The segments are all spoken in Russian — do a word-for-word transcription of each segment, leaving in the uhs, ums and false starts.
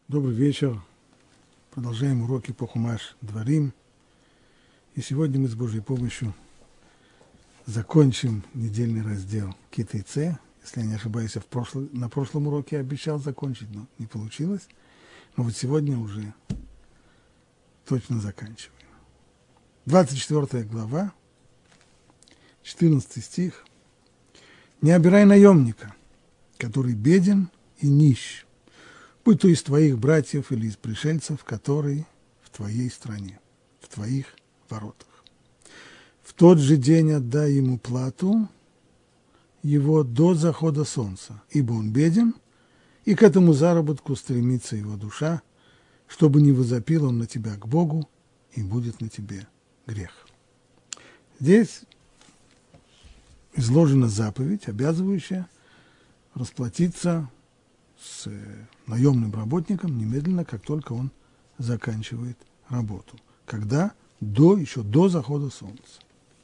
Добрый вечер. Продолжаем уроки по Хумаш Дворим. И сегодня мы с Божьей помощью закончим недельный раздел Кит и Це. Если я не ошибаюсь, я в прошлый, на прошлом уроке обещал закончить, но не получилось. Но вот сегодня уже точно заканчиваем. двадцать четвёртая глава, четырнадцатый стих. «Не обирай наемника, который беден и нищ, будь то из твоих братьев или из пришельцев, которые в твоей стране, в твоих воротах. В тот же день отдай ему плату его до захода солнца, ибо он беден, и к этому заработку стремится его душа, чтобы не возопил он на тебя к Богу, и будет на тебе грех». Здесь изложена заповедь, обязывающая расплатиться с наемным работником немедленно, как только он заканчивает работу. Когда? До, еще до захода солнца.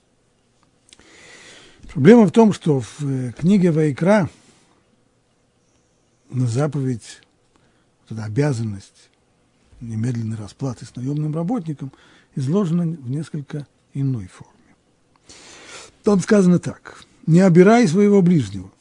Проблема в том, что в книге Ваикра на заповедь, вот эта обязанность немедленной расплаты с наемным работником изложена в несколько иной форме. Там сказано так: «Не обирай своего ближнего,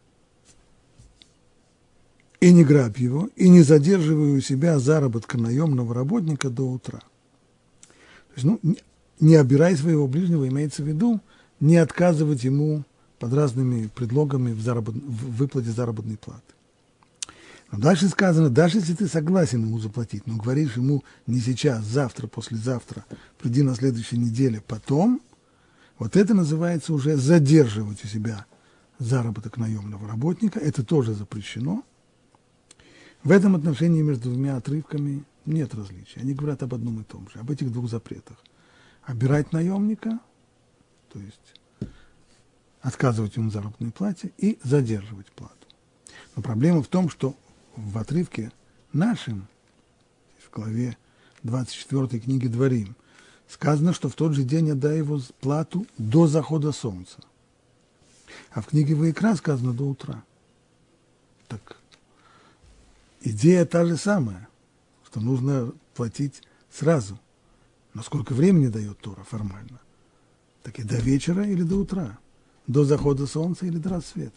и не грабь его, и не задерживай у себя заработка наемного работника до утра». То есть, ну, не обирай своего ближнего, имеется в виду не отказывать ему под разными предлогами в, заработ... в выплате заработной платы. Но дальше сказано, даже если ты согласен ему заплатить, но говоришь ему не сейчас, завтра, послезавтра, приди на следующей неделе, потом, вот это называется уже задерживать у себя заработок наемного работника, это тоже запрещено. В этом отношении между двумя отрывками нет различия. Они говорят об одном и том же, об этих двух запретах. Обирать наемника, то есть отказывать ему в заработной плате, и задерживать плату. Но проблема в том, что в отрывке нашем, в главе двадцать четвёртой книги Дворим, сказано, что в тот же день отдай его плату до захода солнца. А в книге Ваикра сказано до утра. Так идея та же самая, что нужно платить сразу. Но сколько времени дает Тора формально? Так и до вечера или до утра? До захода солнца или до рассвета?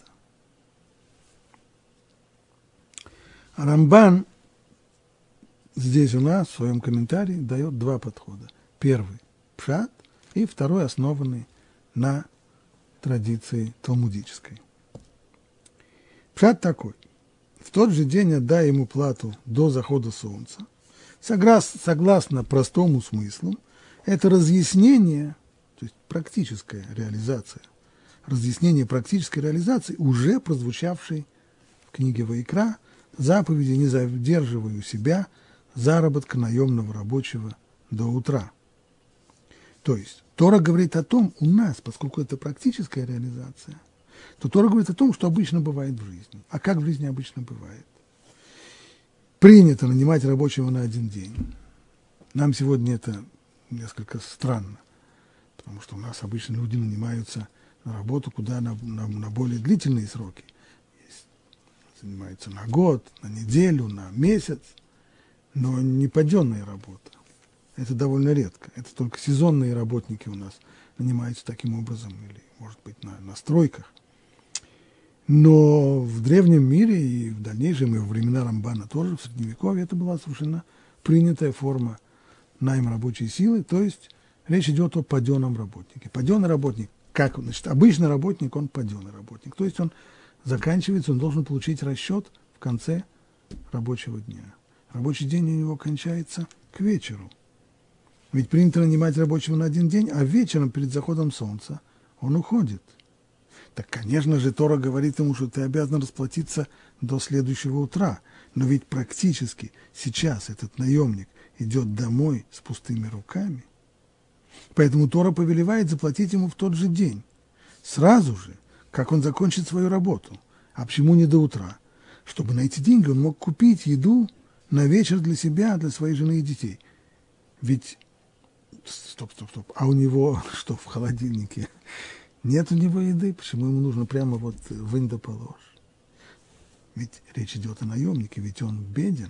А Рамбан здесь у нас в своем комментарии дает два подхода. Первый – пшат, и второй – основанный на традиции талмудической. Пшат такой: в тот же день отдай ему плату до захода солнца. Согласно, согласно простому смыслу, это разъяснение, то есть практическая реализация, разъяснение практической реализации, уже прозвучавшей в книге Ваикра, заповеди «Не задерживай у себя заработка наемного рабочего до утра». То есть Тора говорит о том, у нас, поскольку это практическая реализация, то Тора говорит о том, что обычно бывает в жизни. А как в жизни обычно бывает? Принято нанимать рабочего на один день. Нам сегодня это несколько странно, потому что у нас обычно люди нанимаются на работу куда на, на, на более длительные сроки. Есть, занимаются на год, на неделю, на месяц, но не паденная работа. Это довольно редко. Это только сезонные работники у нас нанимаются таким образом, или, может быть, на, на стройках. Но в древнем мире и в дальнейшем, и во времена Рамбана тоже, в Средневековье, это была совершенно принятая форма найма рабочей силы, то есть речь идет о паденом работнике. Паденый работник, как, значит, обычный работник, он паденый работник, то есть он заканчивается, он должен получить расчет в конце рабочего дня. Рабочий день у него кончается к вечеру. Ведь принято нанимать рабочего на один день, а вечером перед заходом солнца он уходит. Так, конечно же, Тора говорит ему, что ты обязан расплатиться до следующего утра. Но ведь практически сейчас этот наемник идет домой с пустыми руками. Поэтому Тора повелевает заплатить ему в тот же день. Сразу же, как он закончит свою работу. А почему не до утра? Чтобы на эти деньги он мог купить еду на вечер для себя, для своей жены и детей. Ведь, стоп, стоп, стоп, а у него что в холодильнике? Нет у него еды, почему ему нужно прямо вот вынь да положь? Ведь речь идет о наемнике, ведь он беден.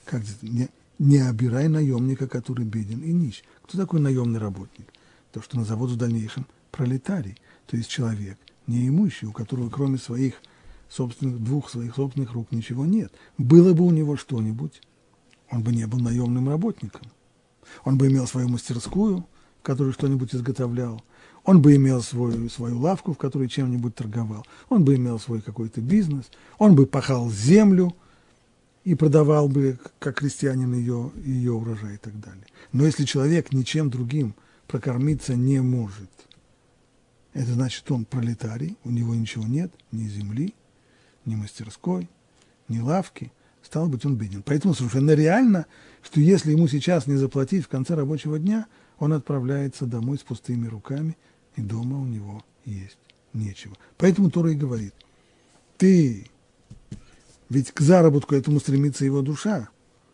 Как это? Не, не обирай наемника, который беден и нищ. Кто такой наемный работник? То, что назовут в дальнейшем пролетарий, то есть человек неимущий, у которого кроме своих собственных, двух своих собственных рук ничего нет. Было бы у него что-нибудь, он бы не был наемным работником. Он бы имел свою мастерскую, в которой что-нибудь изготовлял. Он бы имел свою, свою лавку, в которой чем-нибудь торговал. Он бы имел свой какой-то бизнес. Он бы пахал землю и продавал бы, как крестьянин, ее, ее урожай и так далее. Но если человек ничем другим прокормиться не может, это значит, он пролетарий, у него ничего нет, ни земли, ни мастерской, ни лавки. Стало быть, он беден. Поэтому совершенно реально, что если ему сейчас не заплатить в конце рабочего дня, он отправляется домой с пустыми руками, и дома у него есть нечего. Поэтому Тора и говорит, ты, ведь к заработку этому стремится его душа.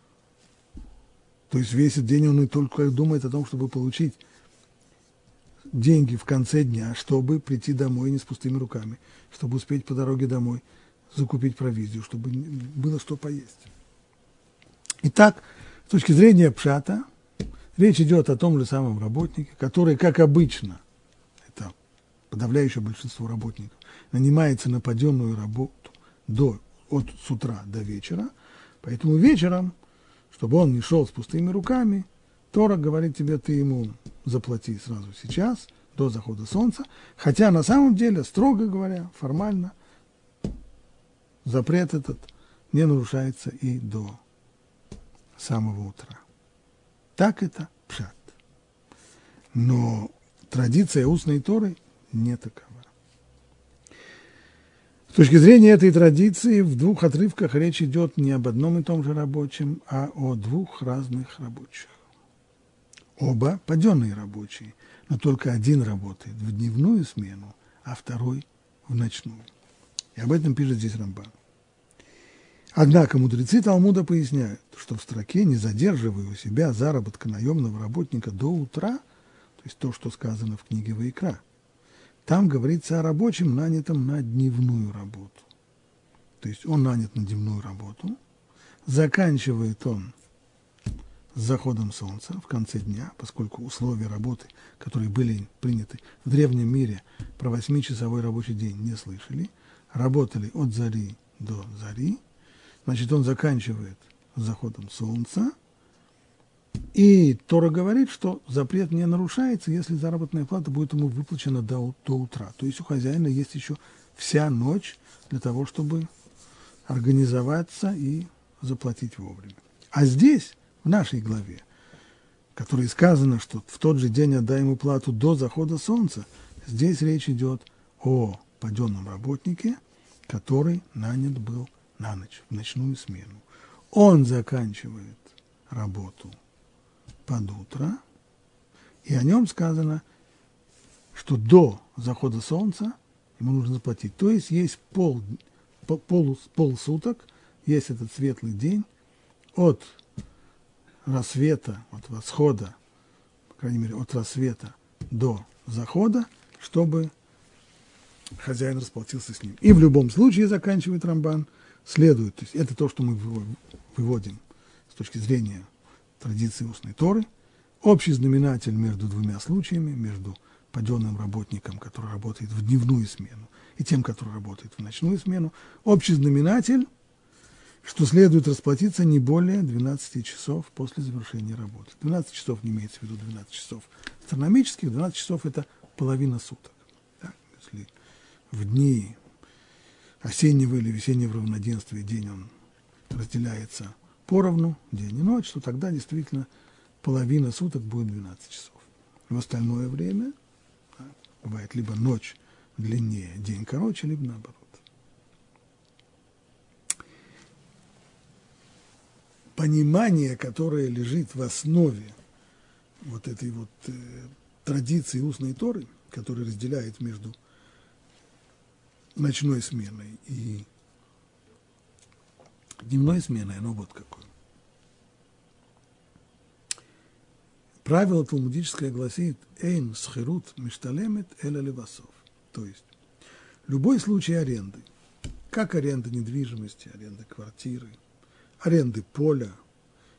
То есть весь этот день он и только думает о том, чтобы получить деньги в конце дня, чтобы прийти домой не с пустыми руками, чтобы успеть по дороге домой закупить провизию, чтобы было что поесть. Итак, с точки зрения пшата, речь идет о том же самом работнике, который, как обычно, это подавляющее большинство работников, нанимается на паденную работу до, от с утра до вечера, поэтому вечером, чтобы он не шел с пустыми руками, Тора говорит тебе, ты ему заплати сразу сейчас, до захода солнца, хотя на самом деле, строго говоря, формально, запрет этот не нарушается и до самого утра. Так это пшат. Но традиция устной Торы не такова. С точки зрения этой традиции в двух отрывках речь идет не об одном и том же рабочем, а о двух разных рабочих. Оба паденные рабочие, но только один работает в дневную смену, а второй в ночную. И об этом пишет здесь Рамбан. Однако мудрецы Талмуда поясняют, что в строке «не задерживая у себя заработка наемного работника до утра», то есть то, что сказано в книге Ваикра, там говорится о рабочем, нанятом на дневную работу. То есть он нанят на дневную работу, заканчивает он с заходом солнца в конце дня, поскольку условия работы, которые были приняты в древнем мире, про восьмичасовой рабочий день не слышали, работали от зари до зари, значит, он заканчивает с заходом солнца, и Тора говорит, что запрет не нарушается, если заработная плата будет ему выплачена до, до утра. То есть у хозяина есть еще вся ночь для того, чтобы организоваться и заплатить вовремя. А здесь, в нашей главе, в которой сказано, что в тот же день отдай ему плату до захода солнца, здесь речь идет о паденном работнике, который нанят был на ночь, в ночную смену. Он заканчивает работу под утро, и о нем сказано, что до захода солнца ему нужно заплатить. То есть есть пол, пол, полсуток, есть этот светлый день от рассвета, от восхода, по крайней мере, от рассвета до захода, чтобы хозяин расплатился с ним. И в любом случае, заканчивает Рамбан, следует, то есть это то, что мы выводим с точки зрения традиции устной Торы, общий знаменатель между двумя случаями, между паденным работником, который работает в дневную смену, и тем, который работает в ночную смену, общий знаменатель, что следует расплатиться не более двенадцати часов после завершения работы. двенадцать часов не имеется в виду двенадцать часов астрономических, двенадцать часов – это половина суток. Так? Если в дни осеннего или весеннего равноденствия день он разделяется поровну, день и ночь, то тогда действительно половина суток будет двенадцать часов. В остальное время, так, бывает либо ночь длиннее, день короче, либо наоборот. Понимание, которое лежит в основе вот этой вот э, традиции устной Торы, которая разделяет между ночной сменой и дневной сменой, оно вот какое. Правило талмудическое гласит «Эйн схирут мишталемет эля левасов». То есть любой случай аренды, как аренда недвижимости, аренда квартиры, аренды поля,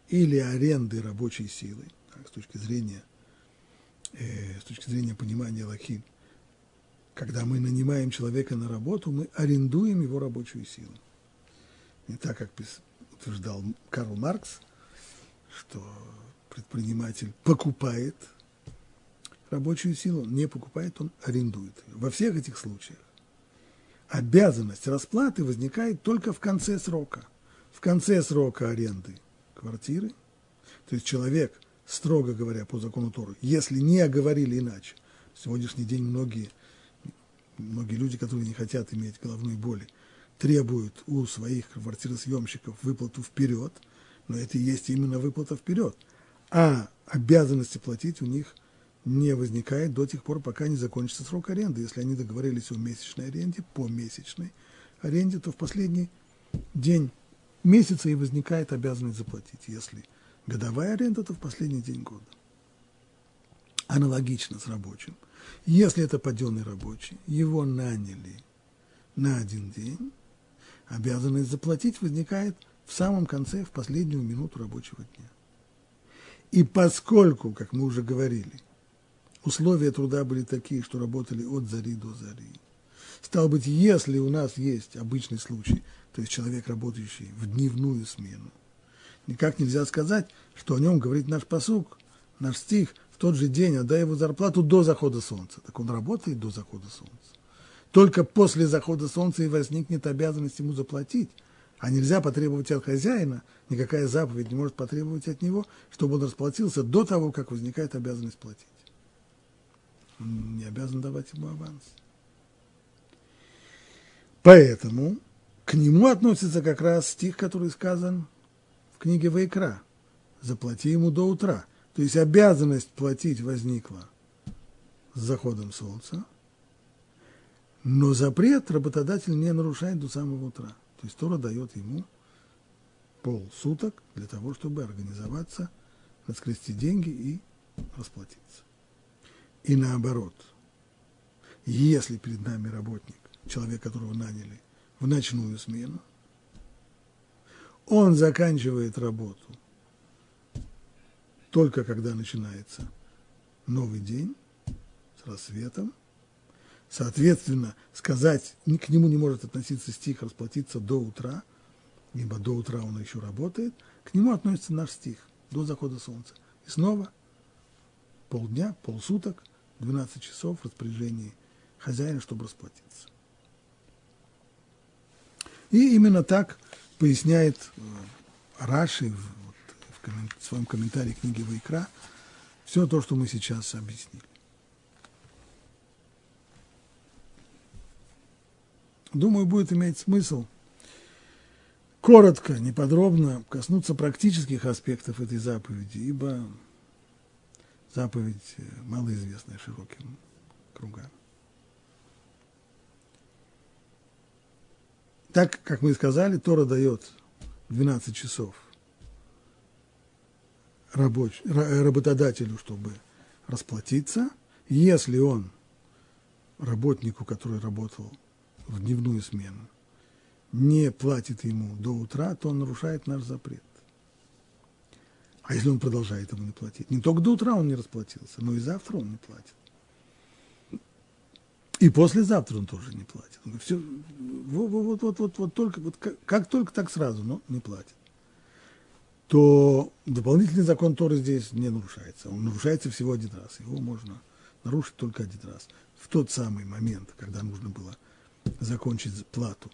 или аренды рабочей силы, так, с точки зрения, э, с точки зрения понимания лахи, когда мы нанимаем человека на работу, мы арендуем его рабочую силу. Не так, как утверждал Карл Маркс, что предприниматель покупает рабочую силу, он не покупает, он арендует ее. Во всех этих случаях обязанность расплаты возникает только в конце срока. В конце срока аренды квартиры, то есть человек, строго говоря, по закону Торы, если не оговорили иначе, в сегодняшний день многие, многие люди, которые не хотят иметь головной боли, требуют у своих квартиросъемщиков выплату вперед, но это и есть именно выплата вперед, а обязанности платить у них не возникает до тех пор, пока не закончится срок аренды. Если они договорились о месячной аренде, по месячной аренде, то в последний день месяца и возникает обязанность заплатить. Если годовая аренда, то в последний день года. Аналогично с рабочим. Если это паденный рабочий, его наняли на один день, обязанность заплатить возникает в самом конце, в последнюю минуту рабочего дня. И поскольку, как мы уже говорили, условия труда были такие, что работали от зари до зари, стало быть, если у нас есть обычный случай, то есть человек, работающий в дневную смену, никак нельзя сказать, что о нем говорит наш пасук, наш стих, в тот же день отдай его зарплату до захода солнца. Так он работает до захода солнца. Только после захода солнца и возникнет обязанность ему заплатить. А нельзя потребовать от хозяина, никакая заповедь не может потребовать от него, чтобы он расплатился до того, как возникает обязанность платить. Он не обязан давать ему аванс. Поэтому к нему относится как раз стих, который сказан в книге Ваикра. Заплати ему до утра. То есть обязанность платить возникла с заходом солнца, но запрет работодатель не нарушает до самого утра. То есть Тора дает ему полсуток для того, чтобы организоваться, раскрести деньги и расплатиться. И наоборот, если перед нами работник, человек, которого наняли в ночную смену, он заканчивает работу только когда начинается новый день с рассветом, соответственно, сказать, к нему не может относиться стих расплатиться до утра, ибо до утра он еще работает, к нему относится наш стих до захода солнца. И снова полдня, полсуток, двенадцать часов в распоряжении хозяина, чтобы расплатиться. И именно так поясняет Раши в, вот, в, коммен, в своем комментарии к книге Ваикра все то, что мы сейчас объяснили. Думаю, будет иметь смысл коротко, неподробно коснуться практических аспектов этой заповеди, ибо заповедь малоизвестная широким кругам. Так, как мы и сказали, Тора дает двенадцать часов рабоч... работодателю, чтобы расплатиться. Если он работнику, который работал в дневную смену, не платит ему до утра, то он нарушает наш запрет. А если он продолжает ему не платить? Не только до утра он не расплатился, но и завтра он не платит. И послезавтра он тоже не платит. Он говорит, все, вот, вот, вот, вот, вот, только, вот как, как только, так сразу, но не платит. То дополнительный закон Торы здесь не нарушается. Он нарушается всего один раз. Его можно нарушить только один раз. В тот самый момент, когда нужно было закончить плату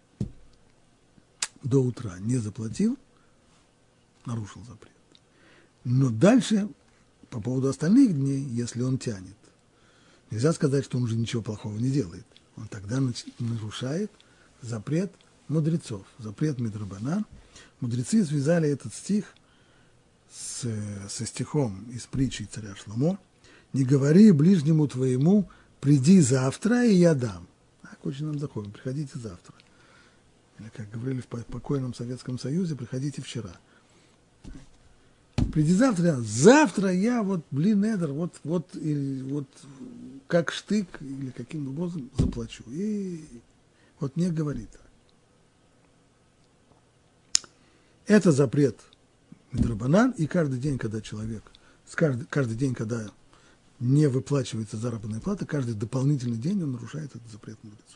до утра, не заплатил, нарушил запрет. Но дальше, по поводу остальных дней, если он тянет, нельзя сказать, что он уже ничего плохого не делает. Он тогда нарушает запрет мудрецов, запрет Мидрабанан. Мудрецы связали этот стих с, со стихом из притчи царя Шломо: «Не говори ближнему твоему, приди завтра, и я дам». Так очень нам заходим, приходите завтра. Или, как говорили в покойном Советском Союзе, приходите вчера. Приди завтра, завтра я вот, блин, эдер, вот, вот, или, вот как штык или каким образом заплачу. И вот не говори так. Это запрет Мидрабанан, и каждый день, когда человек, каждый, каждый день, когда не выплачивается заработная плата, каждый дополнительный день он нарушает этот запрет мудрецов.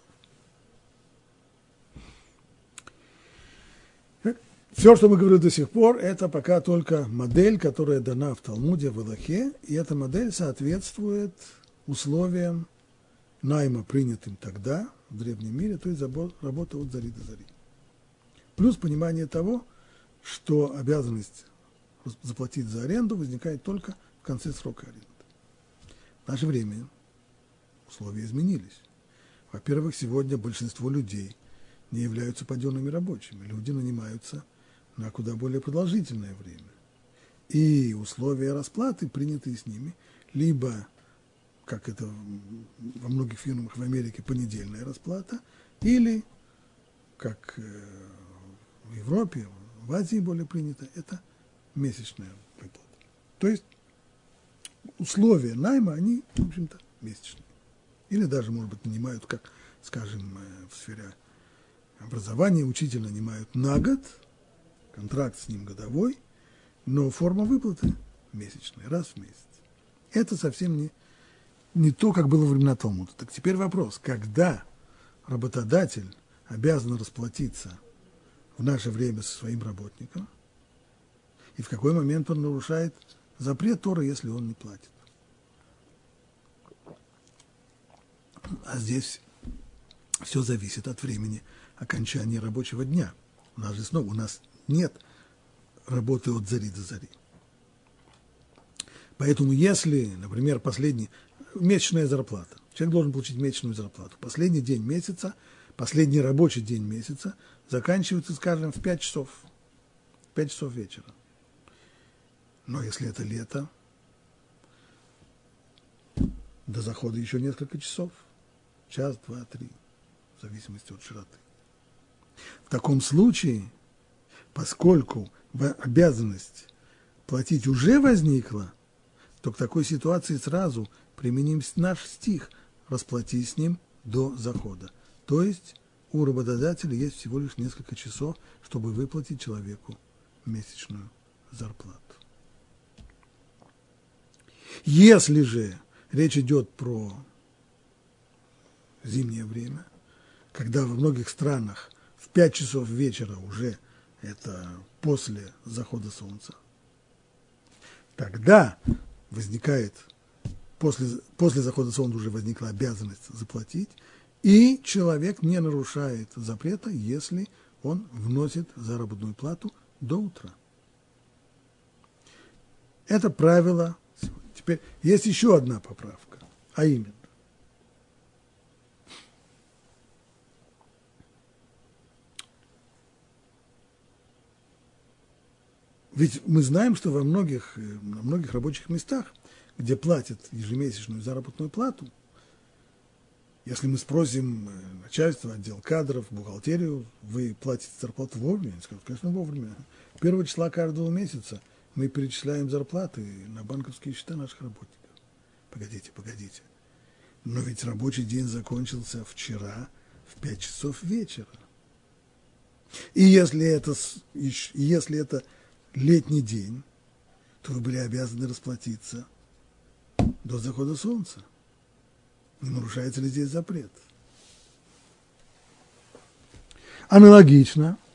Все, что мы говорили до сих пор, это пока только модель, которая дана в Талмуде, в Алахе, и эта модель соответствует условиям найма, принятым тогда, в древнем мире, то есть работа от зари до зари. Плюс понимание того, что обязанность заплатить за аренду возникает только в конце срока аренды. В наше время условия изменились. Во-первых, сегодня большинство людей не являются паденными рабочими. Люди нанимаются на куда более продолжительное время. И условия расплаты, принятые с ними, либо, как это во многих фирмах в Америке, понедельная расплата, или, как в Европе, в Азии более принято, это месячная выплата. То есть условия найма, они, в общем-то, месячные. Или даже, может быть, нанимают, как, скажем, в сфере образования, учителя нанимают на год, контракт с ним годовой, но форма выплаты месячная, раз в месяц. Это совсем не, не то, как было во времена Талмуда. Так теперь вопрос, когда работодатель обязан расплатиться в наше время со своим работником, и в какой момент он нарушает запрет Торы, если он не платит. А здесь все зависит от времени окончания рабочего дня. У нас же снова, у нас нет работы от зари до зари. Поэтому если, например, последний, месячная зарплата, человек должен получить месячную зарплату, последний день месяца, последний рабочий день месяца заканчивается, скажем, в пять часов, пять часов вечера. Но если это лето, до захода еще несколько часов, час, два, три, в зависимости от широты. В таком случае, поскольку обязанность платить уже возникла, то к такой ситуации сразу применим наш стих «расплатись с ним до захода». То есть у работодателя есть всего лишь несколько часов, чтобы выплатить человеку месячную зарплату. Если же речь идет про зимнее время, когда во многих странах в пять часов вечера уже это после захода солнца, тогда возникает, после, после захода солнца уже возникла обязанность заплатить, и человек не нарушает запрета, если он вносит заработную плату до утра. Это правило. Теперь есть еще одна поправка, а именно, ведь мы знаем, что во многих, на многих рабочих местах, где платят ежемесячную заработную плату, если мы спросим начальство, отдел кадров, бухгалтерию, вы платите зарплату вовремя? Они скажут, конечно, вовремя. Первого числа каждого месяца мы перечисляем зарплаты на банковские счета наших работников. Погодите, погодите. Но ведь рабочий день закончился вчера в пять часов вечера. И если это, если это летний день, то вы были обязаны расплатиться до захода солнца. Не нарушается ли здесь запрет? Аналогично,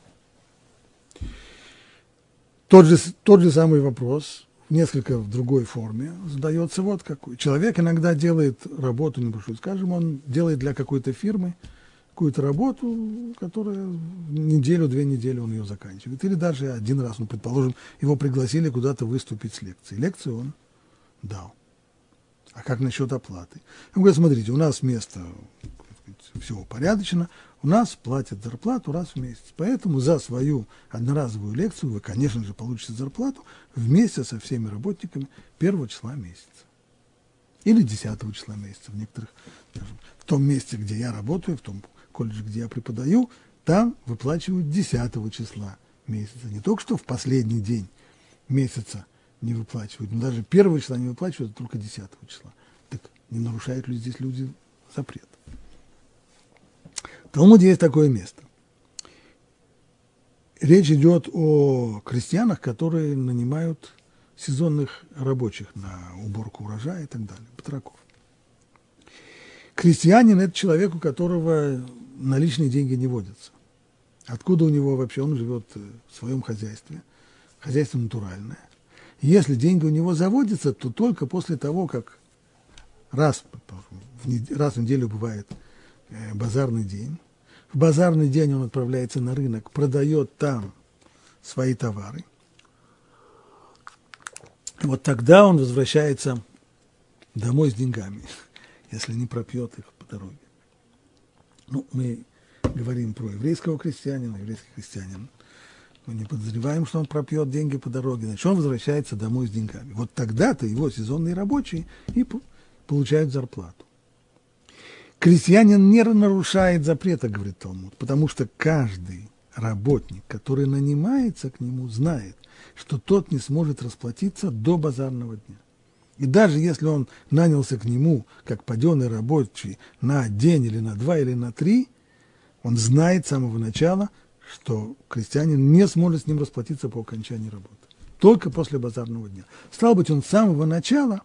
тот же, тот же самый вопрос, несколько в другой форме, задается вот какой. Человек иногда делает работу небольшую, скажем, он делает для какой-то фирмы какую-то работу, которая неделю, две недели он ее заканчивает. Или даже один раз, ну, предположим, его пригласили куда-то выступить с лекцией. Лекцию он дал. А как насчет оплаты? Он говорит, смотрите, у нас место всего порядочно, у нас платят зарплату раз в месяц. Поэтому за свою одноразовую лекцию вы, конечно же, получите зарплату вместе со всеми работниками первого числа месяца. Или десятого числа месяца. В некоторых, скажем, в том месте, где я работаю, в том колледже, где я преподаю, там выплачивают десятого числа месяца. Не только что в последний день месяца не выплачивают, но даже первого числа не выплачивают, а только десятого числа. Так не нарушают ли здесь люди запрет? В Талмуде есть такое место. речь идет о крестьянах, которые нанимают сезонных рабочих на уборку урожая и так далее, батраков. Крестьянин – это человек, у которого наличные деньги не водятся. Откуда у него вообще? Он живет в своем хозяйстве, хозяйство натуральное. Если деньги у него заводятся, то только после того, как раз в, нед... раз в неделю бывает базарный день, в базарный день он отправляется на рынок, продает там свои товары. Вот тогда он возвращается домой с деньгами, если не пропьет их по дороге. Ну, мы говорим про еврейского крестьянина, еврейский крестьянин. Мы не подозреваем, что он пропьет деньги по дороге, значит, он возвращается домой с деньгами. Вот тогда-то его сезонные рабочие и получают зарплату. Крестьянин не нарушает запрета, говорит Талмуд, потому что каждый работник, который нанимается к нему, знает, что тот не сможет расплатиться до базарного дня. И даже если он нанялся к нему как паденый рабочий на день или на два или на три, он знает с самого начала, что крестьянин не сможет с ним расплатиться по окончании работы. Только после базарного дня. Стало быть, он с самого начала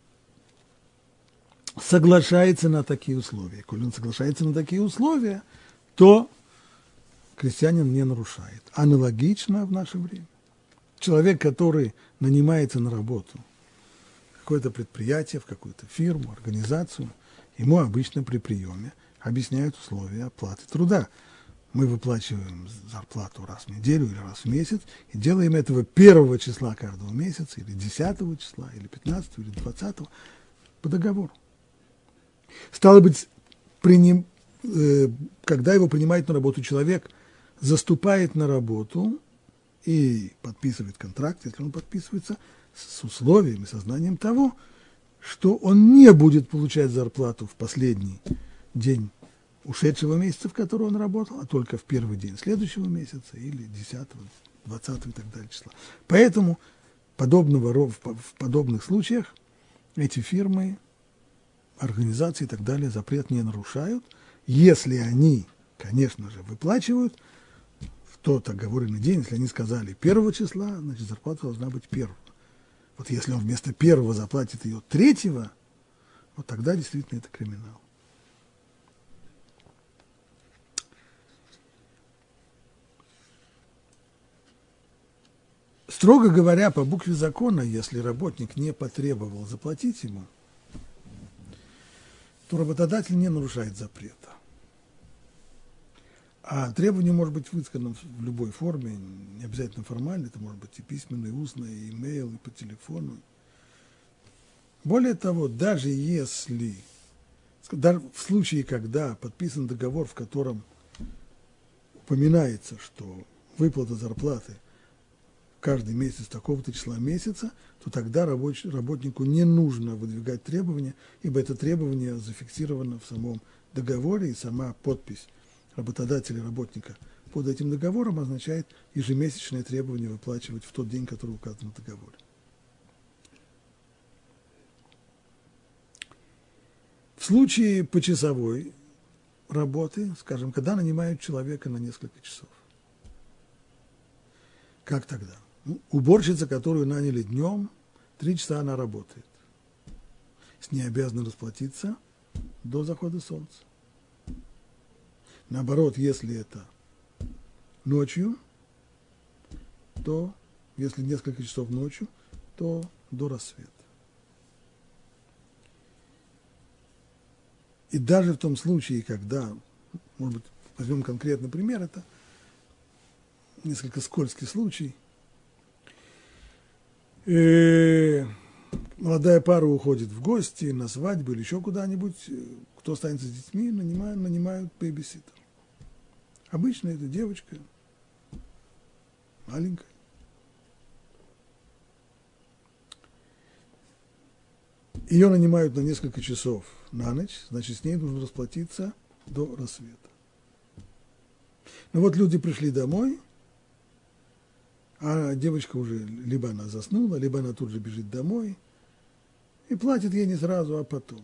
соглашается на такие условия. Коль он соглашается на такие условия, то крестьянин не нарушает. Аналогично в наше время. Человек, который нанимается на работу в какое-то предприятие, в какую-то фирму, организацию, ему обычно при приеме объясняют условия оплаты труда. Мы выплачиваем зарплату раз в неделю или раз в месяц, и делаем этого первого числа каждого месяца, или десятого числа, или пятнадцатого, или двадцатого, по договору. Стало быть, при ним, э, когда его принимает на работу человек, заступает на работу и подписывает контракт, если он подписывается, с условием и сознанием того, что он не будет получать зарплату в последний день ушедшего месяца, в который он работал, а только в первый день следующего месяца или десятого, двадцатого и так далее числа. Поэтому подобного, в подобных случаях эти фирмы, организации и так далее запрет не нарушают, если они, конечно же, выплачивают в тот оговоренный день, если они сказали первого числа, значит, зарплата должна быть первого. Вот если он вместо первого заплатит ее третьего, вот тогда действительно это криминал. Строго говоря, по букве закона, если работник не потребовал заплатить ему, то работодатель не нарушает запрета. А требование может быть высказано в любой форме, не обязательно формально, это может быть и письменно, и устно, и имейл, и по телефону. Более того, даже если, даже в случае, когда подписан договор, в котором упоминается, что выплата зарплаты каждый месяц такого-то числа месяца, то тогда рабоч, работнику не нужно выдвигать требования, ибо это требование зафиксировано в самом договоре, и сама подпись работодателя и работника под этим договором означает ежемесячное требование выплачивать в тот день, который указан в договоре. В случае почасовой работы, скажем, когда нанимают человека на несколько часов, как тогда? Ну, уборщица, которую наняли днем, три часа она работает. С ней обязаны расплатиться до захода солнца. Наоборот, если это ночью, то, если несколько часов ночью, то до рассвета. И даже в том случае, когда, может быть, возьмем конкретный пример, это несколько скользкий случай. И молодая пара уходит в гости, на свадьбу или еще куда-нибудь. Кто останется с детьми, нанимают, нанимают бэйбиситер. Обычно это девочка, маленькая. Ее нанимают на несколько часов на ночь, значит, с ней нужно расплатиться до рассвета. Ну вот люди пришли домой, а девочка уже, либо она заснула, либо она тут же бежит домой и платит ей не сразу, а потом.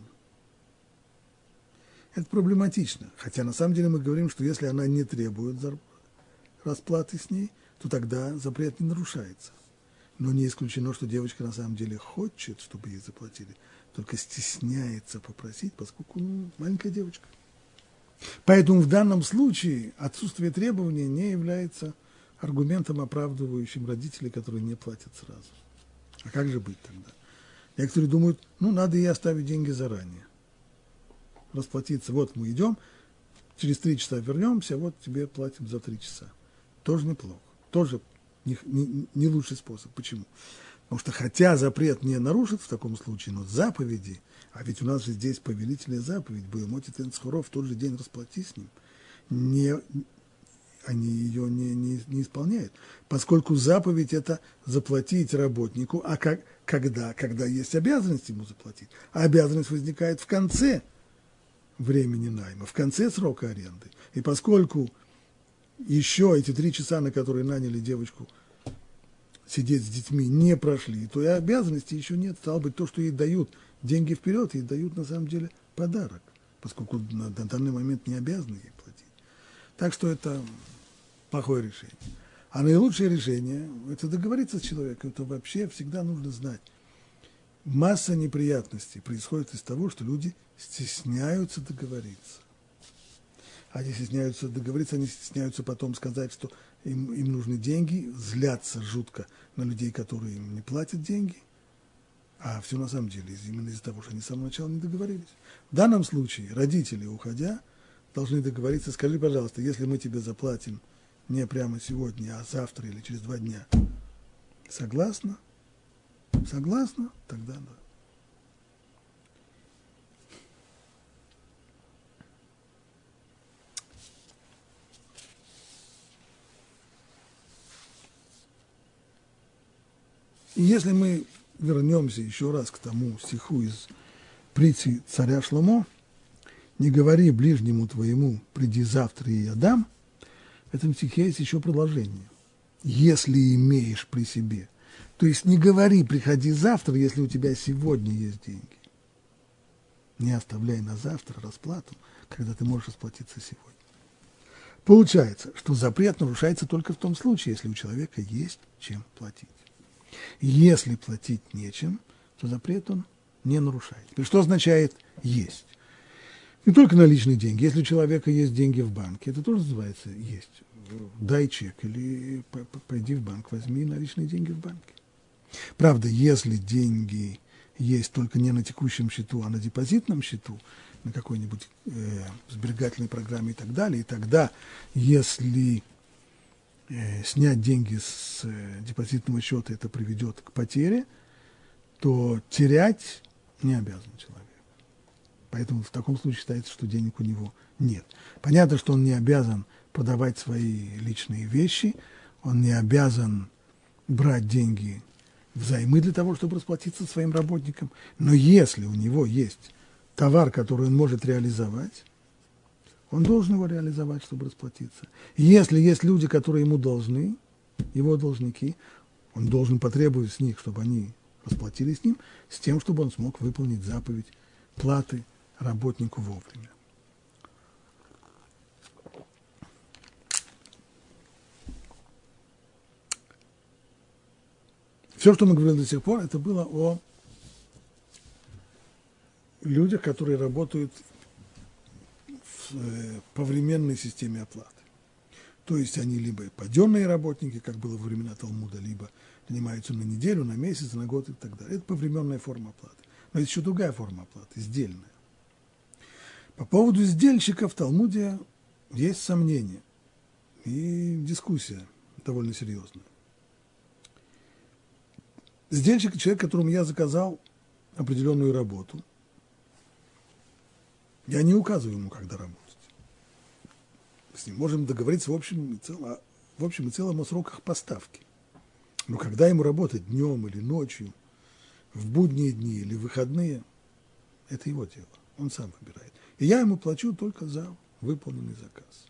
Это проблематично. Хотя на самом деле мы говорим, что если она не требует расплаты с ней, то тогда запрет не нарушается. Но не исключено, что девочка на самом деле хочет, чтобы ей заплатили, только стесняется попросить, поскольку ну, маленькая девочка. Поэтому в данном случае отсутствие требования не является аргументом, оправдывающим родителей, которые не платят сразу. А как же быть тогда? Некоторые думают, ну, надо ей оставить деньги заранее. Расплатиться. Вот мы идем, через три часа вернемся, вот тебе платим за три часа. Тоже неплохо. Тоже не, не, не лучший способ. Почему? Потому что хотя запрет не нарушит в таком случае, но заповеди, а ведь у нас же здесь повелительная заповедь, Боемоти Тенцхоров, в тот же день расплати с ним, не, они ее не, не, не исполняют. Поскольку заповедь – это заплатить работнику, а как, когда? Когда есть обязанность ему заплатить. А обязанность возникает в конце времени найма, в конце срока аренды. И поскольку еще эти три часа, на которые наняли девочку сидеть с детьми, не прошли, то и обязанности еще нет. Стало быть, то, что ей дают деньги вперед, ей дают на самом деле подарок, поскольку на, на данный момент не обязаны ей платить. Так что это плохое решение. А наилучшее решение – это договориться с человеком. Это вообще всегда нужно знать. Масса неприятностей происходит из того, что люди стесняются договориться. Они стесняются договориться, они стесняются потом сказать, что им, им нужны деньги, злятся жутко на людей, которые им не платят деньги. А все на самом деле именно из-за того, что они с самого начала не договорились. В данном случае родители, уходя, должны договориться, скажи, пожалуйста, если мы тебе заплатим не прямо сегодня, а завтра или через два дня, согласна? Согласна? Тогда да. И если мы вернемся еще раз к тому стиху из притчи царя Шломо, «Не говори ближнему твоему, приди завтра, и я дам», в этом стихе есть еще продолжение. «Если имеешь при себе». То есть не говори, приходи завтра, если у тебя сегодня есть деньги. Не оставляй на завтра расплату, когда ты можешь расплатиться сегодня. Получается, что запрет нарушается только в том случае, если у человека есть чем платить. Если платить нечем, то запрет он не нарушает. И что означает «есть»? Не только наличные деньги. Если у человека есть деньги в банке, это тоже называется «есть». Дай чек или пойди в банк, возьми наличные деньги в банке. Правда, если деньги есть только не на текущем счету, а на депозитном счету, на какой-нибудь э, сберегательной программе и так далее, и тогда, если э, снять деньги с э, депозитного счета, это приведет к потере, то терять не обязан человек. Поэтому в таком случае считается, что денег у него нет. Понятно, что он не обязан продавать свои личные вещи, он не обязан брать деньги взаймы для того, чтобы расплатиться своим работникам. Но если у него есть товар, который он может реализовать, он должен его реализовать, чтобы расплатиться. Если есть люди, которые ему должны, его должники, он должен потребовать с них, чтобы они расплатились с ним, с тем, чтобы он смог выполнить заповедь платы работнику вовремя. Все, что мы говорили до сих пор, это было о людях, которые работают в э, повременной системе оплаты. То есть они либо паденные работники, как было во времена Талмуда, либо нанимаются на неделю, на месяц, на год и так далее. Это повременная форма оплаты. Но есть еще другая форма оплаты, сдельная. По поводу сдельщика в Талмуде есть сомнения и дискуссия довольно серьезная. Сдельщик – человек, которому я заказал определенную работу. Я не указываю ему, когда работать. С ним можем договориться в общем и целом, в общем и целом о сроках поставки. Но когда ему работать днем или ночью, в будние дни или в выходные, это его дело. Он сам выбирает. И я ему плачу только за выполненный заказ.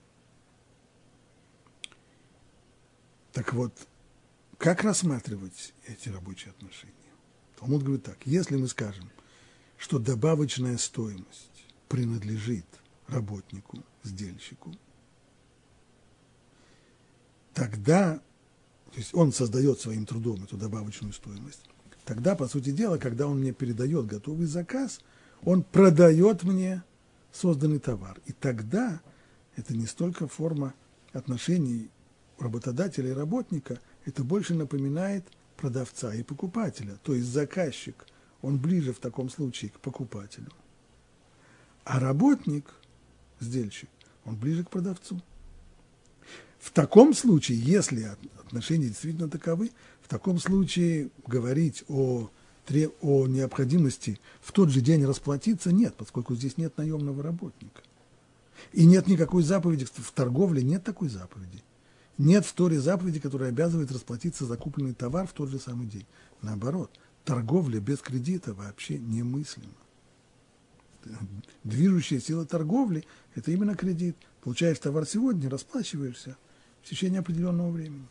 Так вот, как рассматривать эти рабочие отношения? Талмуд говорит так: если мы скажем, что добавочная стоимость принадлежит работнику, сдельщику, тогда, то есть он создает своим трудом эту добавочную стоимость, тогда, по сути дела, когда он мне передает готовый заказ, он продает мне созданный товар. И тогда это не столько форма отношений работодателя и работника, это больше напоминает продавца и покупателя. То есть заказчик, он ближе в таком случае к покупателю. А работник, сдельщик, он ближе к продавцу. В таком случае, если отношения действительно таковы, в таком случае говорить о, о необходимости в тот же день расплатиться нет, поскольку здесь нет наемного работника. И нет никакой заповеди, в торговле нет такой заповеди. Нет в Торе заповеди, которая обязывает расплатиться за купленный товар в тот же самый день. Наоборот, торговля без кредита вообще немыслима. Движущая сила торговли – это именно кредит. Получаешь товар сегодня, расплачиваешься в течение определенного времени.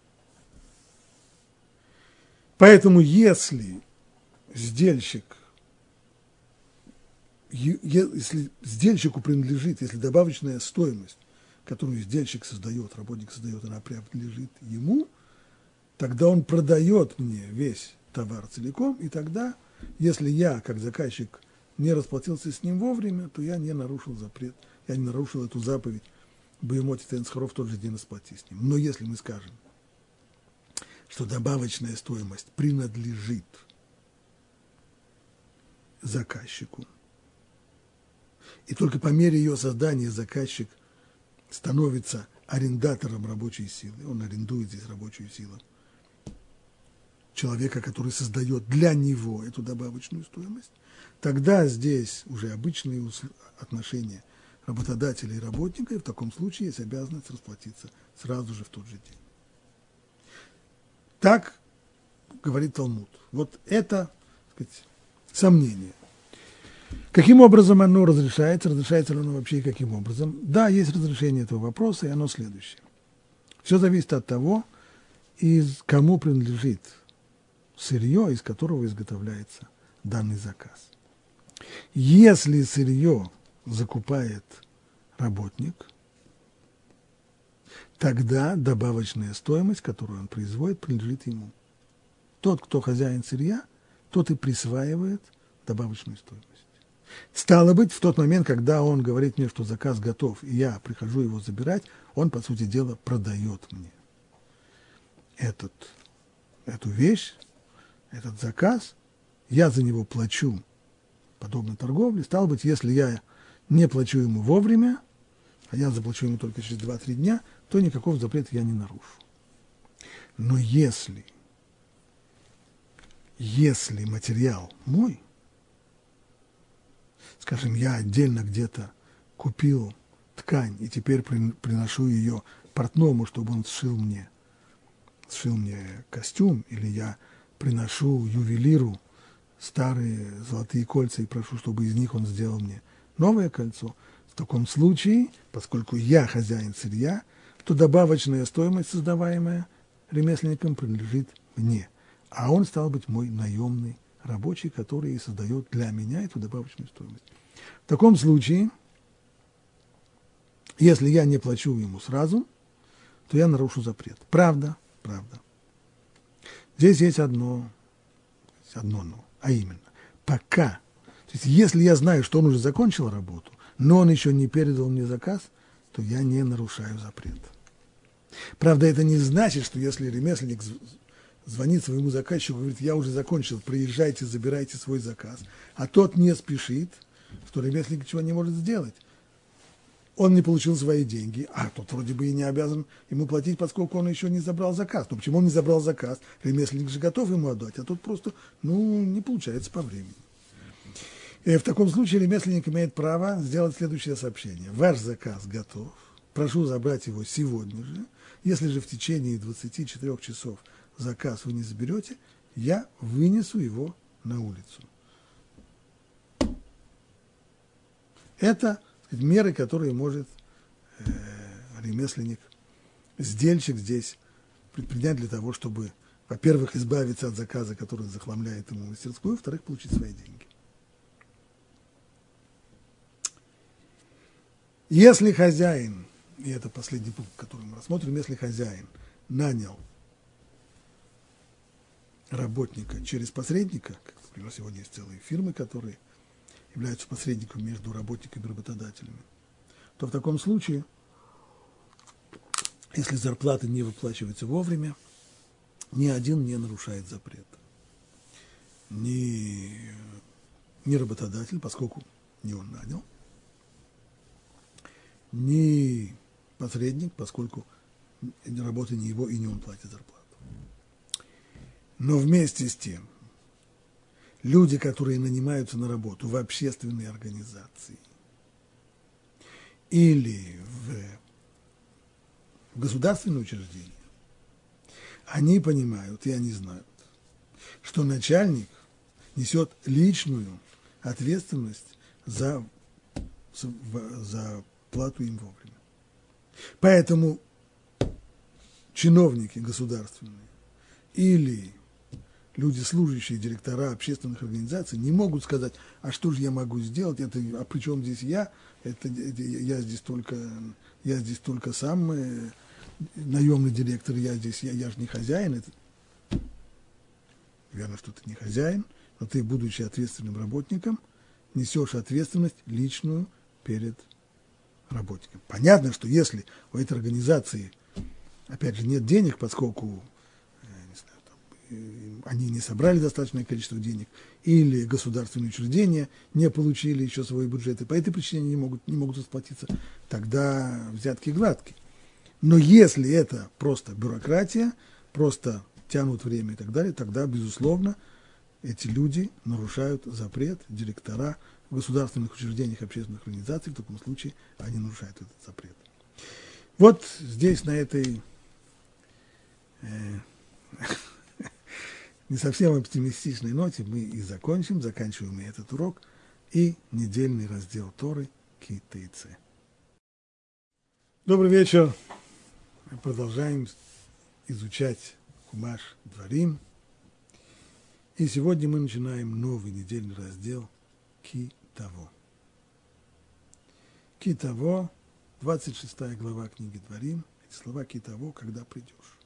Поэтому если сдельщик, если сдельщику принадлежит, если добавочная стоимость, которую сдельщик создает, работник создает, она принадлежит ему, тогда он продает мне весь товар целиком, и тогда, если я, как заказчик, не расплатился с ним вовремя, то я не нарушил запрет, я не нарушил эту заповедь Беймоти Тенсхаров в тот же день расплатись с ним. Но если мы скажем, что добавочная стоимость принадлежит заказчику, и только по мере ее создания заказчик становится арендатором рабочей силы, он арендует здесь рабочую силу человека, который создает для него эту добавочную стоимость, тогда здесь уже обычные отношения работодателя и работника, и в таком случае есть обязанность расплатиться сразу же в тот же день. Так говорит Талмуд. Вот это, так сказать, сомнение. Каким образом оно разрешается? Разрешается ли оно вообще и каким образом? Да, есть разрешение этого вопроса, и оно следующее. Все зависит от того, из кому принадлежит сырье, из которого изготовляется данный заказ. Если сырье закупает работник, тогда добавочная стоимость, которую он производит, принадлежит ему. Тот, кто хозяин сырья, тот и присваивает добавочную стоимость. Стало быть, в тот момент, когда он говорит мне, что заказ готов, и я прихожу его забирать, он, по сути дела, продает мне этот, эту вещь, этот заказ, я за него плачу, подобно торговле. Стало быть, если я не плачу ему вовремя, а я заплачу ему только через два-три дня, то никакого запрета я не нарушу. Но если, если материал мой, скажем, я отдельно где-то купил ткань и теперь приношу ее портному, чтобы он сшил мне, сшил мне костюм, или я приношу ювелиру старые золотые кольца и прошу, чтобы из них он сделал мне новое кольцо, в таком случае, поскольку я хозяин сырья, то добавочная стоимость, создаваемая ремесленником, принадлежит мне. А он, стал быть, мой наемный рабочий, который и создает для меня эту добавочную стоимость. В таком случае, если я не плачу ему сразу, то я нарушу запрет. Правда, правда. Здесь есть одно, одно «но», а именно, пока, то есть если я знаю, что он уже закончил работу, но он еще не передал мне заказ, то я не нарушаю запрет. Правда, это не значит, что если ремесленник звонит своему заказчику и говорит, я уже закончил, приезжайте, забирайте свой заказ, а тот не спешит, что ремесленник ничего не может сделать. Он не получил свои деньги, а тот вроде бы и не обязан ему платить, поскольку он еще не забрал заказ. Но почему он не забрал заказ? Ремесленник же готов ему отдать, а тот просто, ну, не получается по времени. И в таком случае ремесленник имеет право сделать следующее сообщение. Ваш заказ готов, прошу забрать его сегодня же. Если же в течение двадцати четырёх часов заказ вы не заберете, я вынесу его на улицу. Это меры, которые может э, ремесленник, сдельщик здесь предпринять для того, чтобы, во-первых, избавиться от заказа, который захламляет ему мастерскую, во-вторых, получить свои деньги. Если хозяин и это последний пункт, который мы рассмотрим, если хозяин нанял работника через посредника, как, например, сегодня есть целые фирмы, которые являются посредниками между работниками и работодателями, то в таком случае, если зарплата не выплачивается вовремя, ни один не нарушает запрет. Ни, ни работодатель, поскольку не он нанял, ни посредник, поскольку работа не его и не он платит зарплату. Но вместе с тем, люди, которые нанимаются на работу в общественные организации или в государственные учреждения, они понимают и они знают, что начальник несет личную ответственность за, за плату им вовремя. Поэтому чиновники государственные или люди, служащие, директора общественных организаций, не могут сказать, а что же я могу сделать, это, а при чем здесь я, это, это, я, здесь только, я здесь только сам э, наемный директор, я здесь, я, я же не хозяин. Это... Верно, что ты не хозяин, но ты, будучи ответственным работником, несешь ответственность личную перед работником. Понятно, что если у этой организации, опять же, нет денег, поскольку они не собрали достаточное количество денег, или государственные учреждения не получили еще свои бюджеты, по этой причине они не могут, не могут расплатиться, тогда взятки гладкие. Но если это просто бюрократия, просто тянут время и так далее, тогда, безусловно, эти люди нарушают запрет, директора в государственных учреждениях, общественных организаций, в таком случае они нарушают этот запрет. Вот здесь, на этой э, не совсем оптимистичной ноте мы и закончим, заканчиваем и этот урок, и недельный раздел Торы Ки Тейце. Добрый вечер. Мы продолжаем изучать Хумаш Дворим. И сегодня мы начинаем новый недельный раздел Ки Таво. Ки Таво, двадцать шестая глава книги Дворим. Эти слова Ки Таво, когда придешь.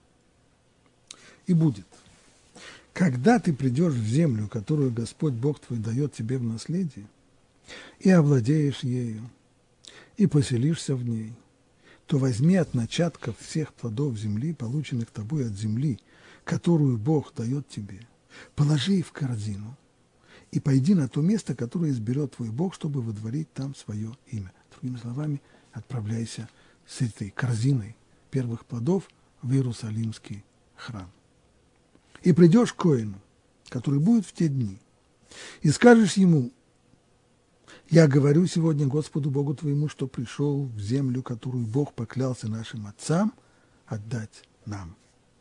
И будет. Когда ты придешь в землю, которую Господь Бог твой дает тебе в наследие, и овладеешь ею, и поселишься в ней, то возьми от начатков всех плодов земли, полученных тобой от земли, которую Бог дает тебе, положи их в корзину, и пойди на то место, которое изберет твой Бог, чтобы водворить там свое имя. Другими словами, отправляйся с этой корзиной первых плодов в Иерусалимский храм. И придешь к коэну, который будет в те дни, и скажешь ему: я говорю сегодня Господу Богу твоему, что пришел в землю, которую Бог поклялся нашим отцам отдать нам.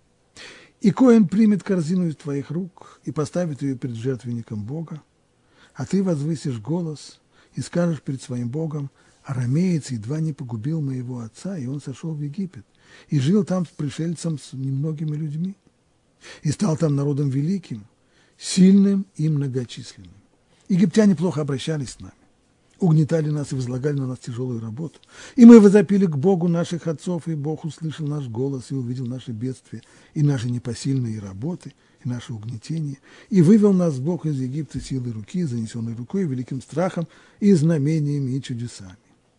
И коэн примет корзину из твоих рук и поставит ее перед жертвенником Бога, а ты возвысишь голос и скажешь перед своим Богом: арамеец едва не погубил моего отца, и он сошел в Египет, и жил там с пришельцем, с немногими людьми, и стал там народом великим, сильным и многочисленным. Египтяне плохо обращались с нами, угнетали нас и возлагали на нас тяжелую работу. И мы возопили к Богу наших отцов, и Бог услышал наш голос и увидел наши бедствия, и наши непосильные работы, и наше угнетение, и вывел нас Бог из Египта силой руки, занесенной рукой, великим страхом, и знамениями, и чудесами.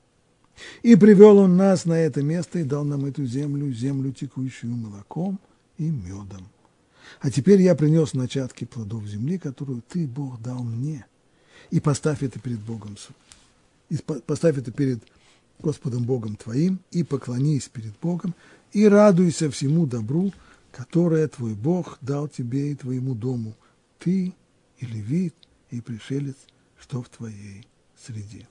И привел Он нас на это место, и дал нам эту землю, землю, текущую молоком и медом. А теперь я принес начатки плодов земли, которую ты, Бог, дал мне, и поставь это перед Богом, и поставь это перед Господом Богом твоим, и поклонись перед Богом, и радуйся всему добру, которое твой Бог дал тебе и твоему дому, ты и левит, и пришелец, что в твоей среде.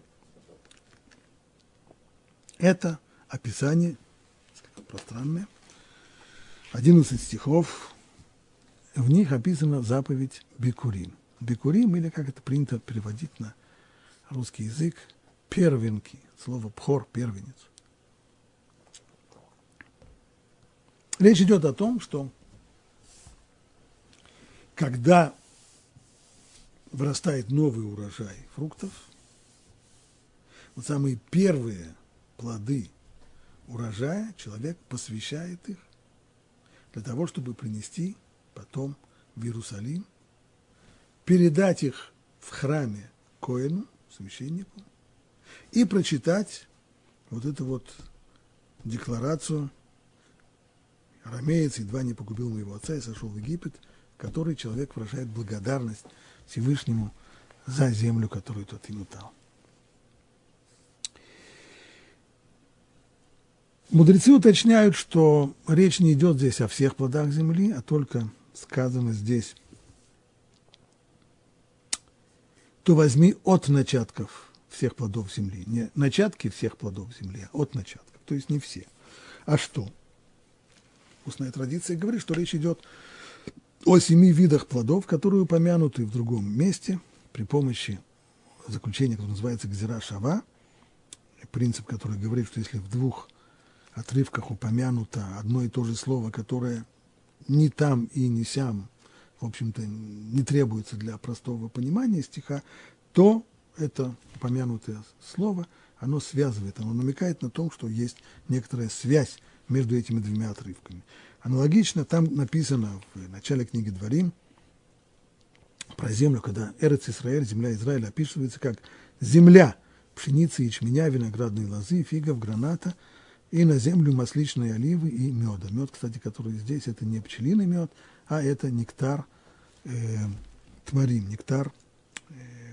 Это описание пространное, одиннадцать стихов. В них описана заповедь Бикурим. Бикурим, или как это принято переводить на русский язык, первенки, слово пхор, первенец. Речь идет о том, что когда вырастает новый урожай фруктов, вот самые первые плоды урожая человек посвящает их для того, чтобы принести потом в Иерусалим, передать их в храме коэну, священнику, и прочитать вот эту вот декларацию «Арамеец едва не погубил моего отца и сошел в Египет», в которой человек выражает благодарность Всевышнему за землю, которую тот ему дал. Мудрецы уточняют, что речь не идет здесь о всех плодах земли, а только сказано здесь: «То возьми от начатков всех плодов земли». Не начатки всех плодов земли, а от начатков, то есть не все. А что? Устная традиция говорит, что речь идет о семи видах плодов, которые упомянуты в другом месте при помощи заключения, которое называется «Гзира Шава», принцип, который говорит, что если в двух отрывках упомянуто одно и то же слово, которое ни там и ни сям, в общем-то, не требуется для простого понимания стиха, то это упомянутое слово, оно связывает, оно намекает на то, что есть некоторая связь между этими двумя отрывками. Аналогично, там написано в начале книги Дворим про землю, когда Эрец Исраэль, земля Израиля, описывается как земля пшеницы, ячменя, виноградной лозы, фигов, граната, и на землю масличной оливы и меда. Мед, кстати, который здесь, это не пчелиный мед, а это нектар э, тмарим, нектар э,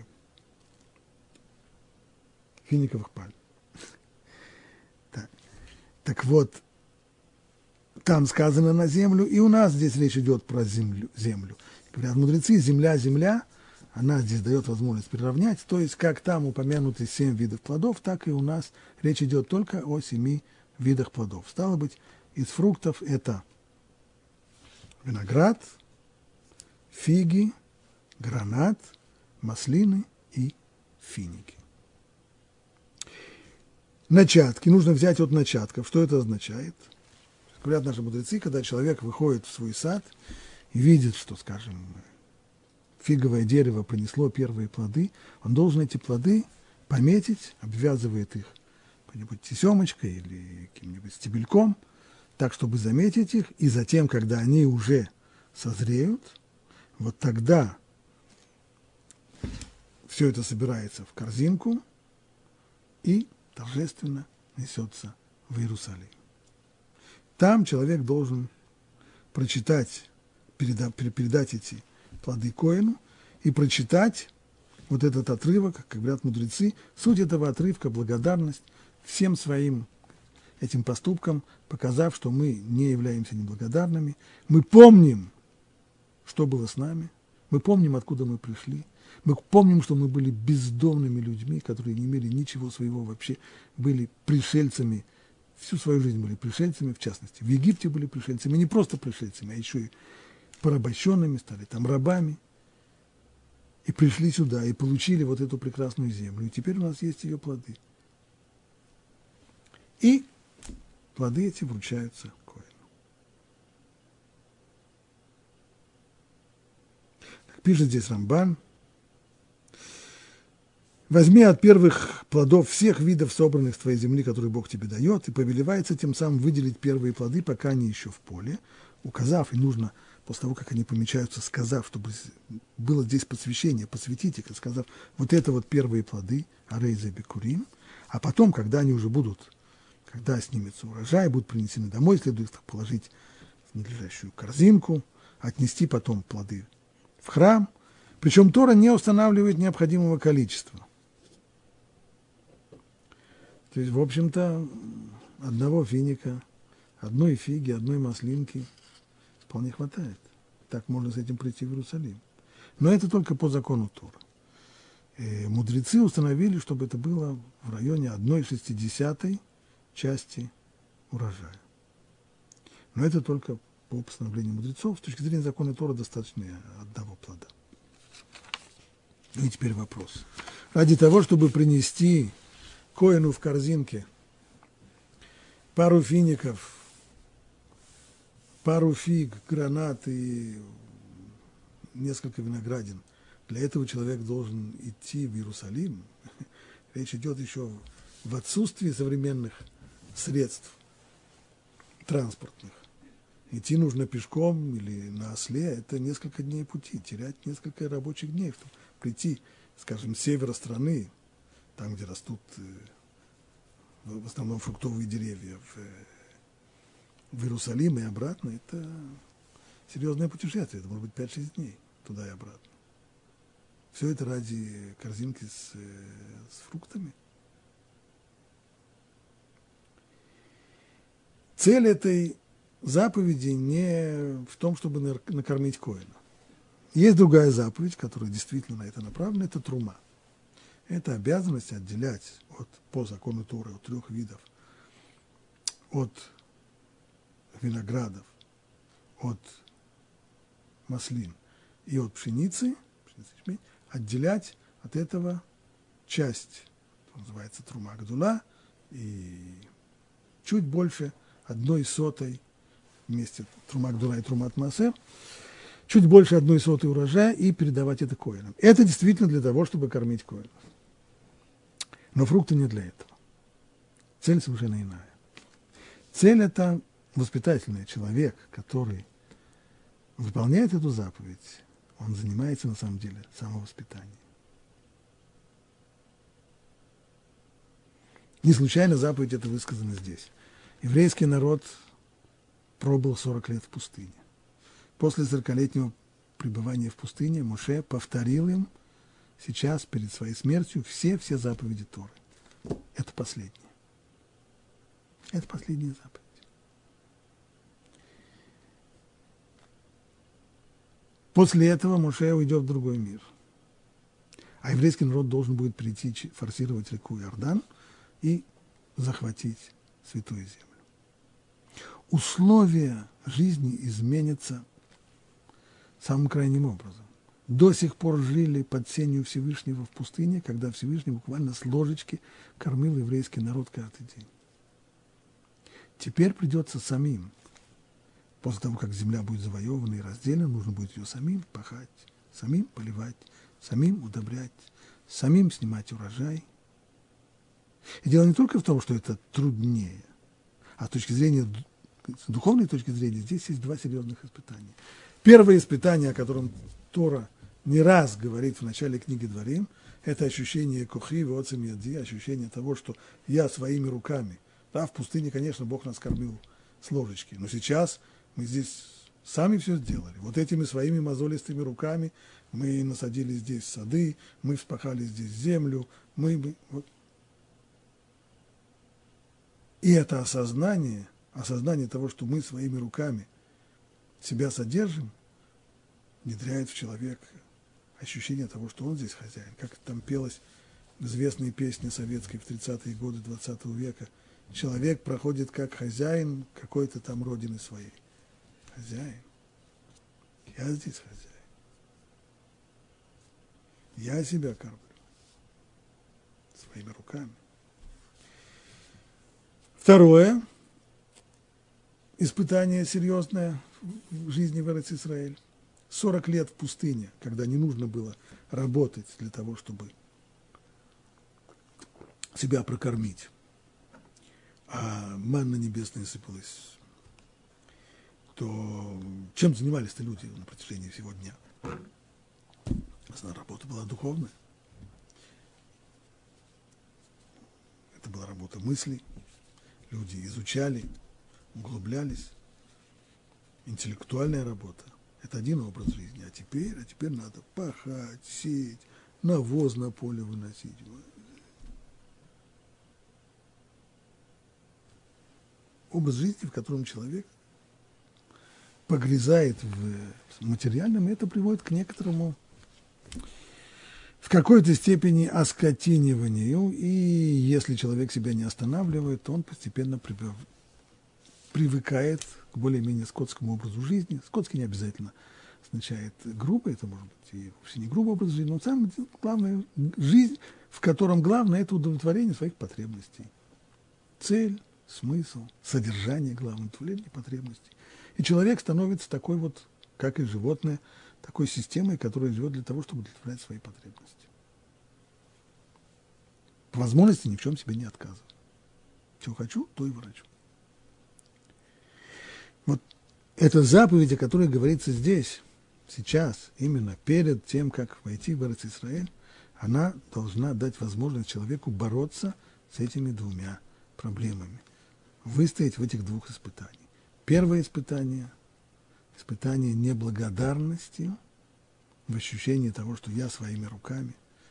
финиковых пальм. Так. так вот, там сказано на землю, и у нас здесь речь идет про землю. землю. Говорят мудрецы, земля, земля, она здесь дает возможность приравнять, то есть как там упомянуты семь видов плодов, так и у нас речь идет только о семи видах плодов. Стало быть, из фруктов это виноград, фиги, гранат, маслины и финики. Начатки. Нужно взять от начатков. Что это означает? Говорят наши мудрецы, когда человек выходит в свой сад и видит, что, скажем, фиговое дерево принесло первые плоды, он должен эти плоды пометить, обвязывает их какой-нибудь тесемочкой или каким-нибудь стебельком, так, чтобы заметить их, и затем, когда они уже созреют, вот тогда все это собирается в корзинку и торжественно несется в Иерусалим. Там человек должен прочитать, переда, передать эти плоды коэну и прочитать вот этот отрывок, как говорят мудрецы. Суть этого отрывка – благодарность всем своим этим поступкам, показав, что мы не являемся неблагодарными. Мы помним, что было с нами, мы помним, откуда мы пришли, мы помним, что мы были бездомными людьми, которые не имели ничего своего вообще, были пришельцами, всю свою жизнь были пришельцами, в частности, в Египте были пришельцами, не просто пришельцами, а еще и порабощенными, стали там рабами, и пришли сюда, и получили вот эту прекрасную землю, и теперь у нас есть ее плоды. И плоды эти вручаются коэну. Как пишет здесь Рамбан: «Возьми от первых плодов всех видов, собранных с твоей земли, которые Бог тебе дает, и повелевается тем самым выделить первые плоды, пока они еще в поле, указав, и нужно, после того, как они помечаются, сказав, чтобы было здесь посвящение, посвятить их, сказав, вот это вот первые плоды, арейза бикурим, а потом, когда они уже будут, когда снимется урожай, будут принесены домой, следует их положить в надлежащую корзинку, отнести потом плоды в храм, причем Тора не устанавливает необходимого количества». То есть, в общем-то, одного финика, одной фиги, одной маслинки вполне хватает. Так можно с этим прийти в Иерусалим. Но это только по закону Торы. И мудрецы установили, чтобы это было в районе одной шестидесятой части урожая. Но это только по постановлению мудрецов. С точки зрения закона Торы достаточно одного плода. Ну и теперь вопрос. Ради того, чтобы принести коэну в корзинке пару фиников, пару фиг, гранат и несколько виноградин, для этого человек должен идти в Иерусалим. Речь идет еще в отсутствии современных средств транспортных. Идти нужно пешком или на осле, это несколько дней пути, терять несколько рабочих дней, чтобы прийти, скажем, с севера страны, там, где растут в основном фруктовые деревья, в, в Иерусалим и обратно, это серьезное путешествие, это может быть пять-шесть дней туда и обратно. Все это ради корзинки с, с фруктами. Цель этой заповеди не в том, чтобы накормить коэна. Есть другая заповедь, которая действительно на это направлена, это трума. Это обязанность отделять от, по закону Торы от трех видов, от виноградов, от маслин и от пшеницы, пшеницы отделять от этого часть, что называется трума гдула, и чуть больше одной сотой вместе трума гдула и трумат маасер, чуть больше одной сотой урожая и передавать это коэнам. Это действительно для того, чтобы кормить коэнов. Но фрукты не для этого. Цель совершенно иная. Цель – это воспитательный человек, который выполняет эту заповедь, он занимается на самом деле самовоспитанием. Не случайно заповедь эта высказана здесь. Еврейский народ пробыл сорок лет в пустыне. После сорокалетнего пребывания в пустыне Моше повторил им сейчас, перед своей смертью, все-все заповеди Торы. Это последняя. Это последняя заповедь. После этого Моше уйдет в другой мир. А еврейский народ должен будет прийти, форсировать реку Иордан и захватить Святую Землю. Условия жизни изменятся самым крайним образом. До сих пор жили под сенью Всевышнего в пустыне, когда Всевышний буквально с ложечки кормил еврейский народ каждый день. Теперь придется самим, после того, как земля будет завоевана и разделена, нужно будет ее самим пахать, самим поливать, самим удобрять, самим снимать урожай. И дело не только в том, что это труднее, а с точки зрения, с духовной точки зрения, здесь есть два серьезных испытания. Первое испытание, о котором Тора не раз говорит в начале книги Дворим, это ощущение кохи, веоцем яди, ощущение того, что я своими руками. Да, в пустыне, конечно, Бог нас кормил с ложечки, но сейчас мы здесь сами все сделали. Вот этими своими мозолистыми руками мы насадили здесь сады, мы вспахали здесь землю, мы... мы вот. И это осознание, осознание того, что мы своими руками себя содержим, внедряет в человека ощущение того, что он здесь хозяин. Как там пелось в известной песне советской в тридцатые годы двадцатого века. Человек проходит как хозяин какой-то там родины своей. Хозяин. Я здесь хозяин. Я себя кормлю. Своими руками. Второе испытание серьезное в жизни в Эрец-Исраэль. сорок лет в пустыне, когда не нужно было работать для того, чтобы себя прокормить. А манна небесная сыпалась. То чем занимались-то люди на протяжении всего дня? Основная работа была духовная. Это была работа мыслей. Люди изучали, углублялись. Интеллектуальная работа. Это один образ жизни. А теперь, а теперь надо пахать, сеять, навоз на поле выносить. Образ жизни, в котором человек погрязает в материальном, и это приводит к некоторому, в какой-то степени оскотиниванию, и если человек себя не останавливает, то он постепенно привыкает к более-менее скотскому образу жизни. Скотский не обязательно означает грубо, это может быть и вовсе не грубый образ жизни, но самое главное – жизнь, в котором главное – это удовлетворение своих потребностей. Цель, смысл, содержание, главное – удовлетворение потребностей. И человек становится такой вот, как и животное, такой системой, которая живет для того, чтобы удовлетворять свои потребности. По возможности ни в чем себе не отказывать. Чего хочу, то и ворочу. Вот эта заповедь, о которой говорится здесь, сейчас, именно перед тем, как войти в Эрец-Исраэль, она должна дать возможность человеку бороться с этими двумя проблемами, выстоять в этих двух испытаниях. Первое испытание – испытание неблагодарностью, в ощущении того, что я своими руками,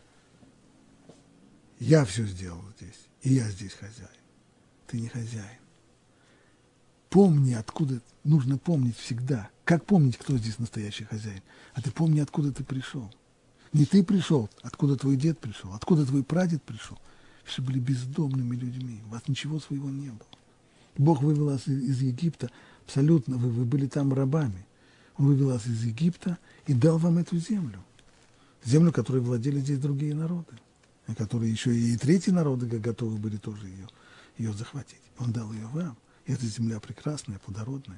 я все сделал здесь, и я здесь хозяин. Ты не хозяин. Помни, откуда, нужно помнить всегда. Как помнить, кто здесь настоящий хозяин? А ты помни, откуда ты пришел. Не ты пришел, откуда твой дед пришел, откуда твой прадед пришел. Все были бездомными людьми, у вас ничего своего не было. Бог вывел вас из Египта, абсолютно, вы, вы были там рабами. Он вывел вас из Египта и дал вам эту землю. Землю, которой владели здесь другие народы, которые еще и третьи народы готовы были тоже ее, ее захватить. Он дал ее вам. И эта земля прекрасная, плодородная.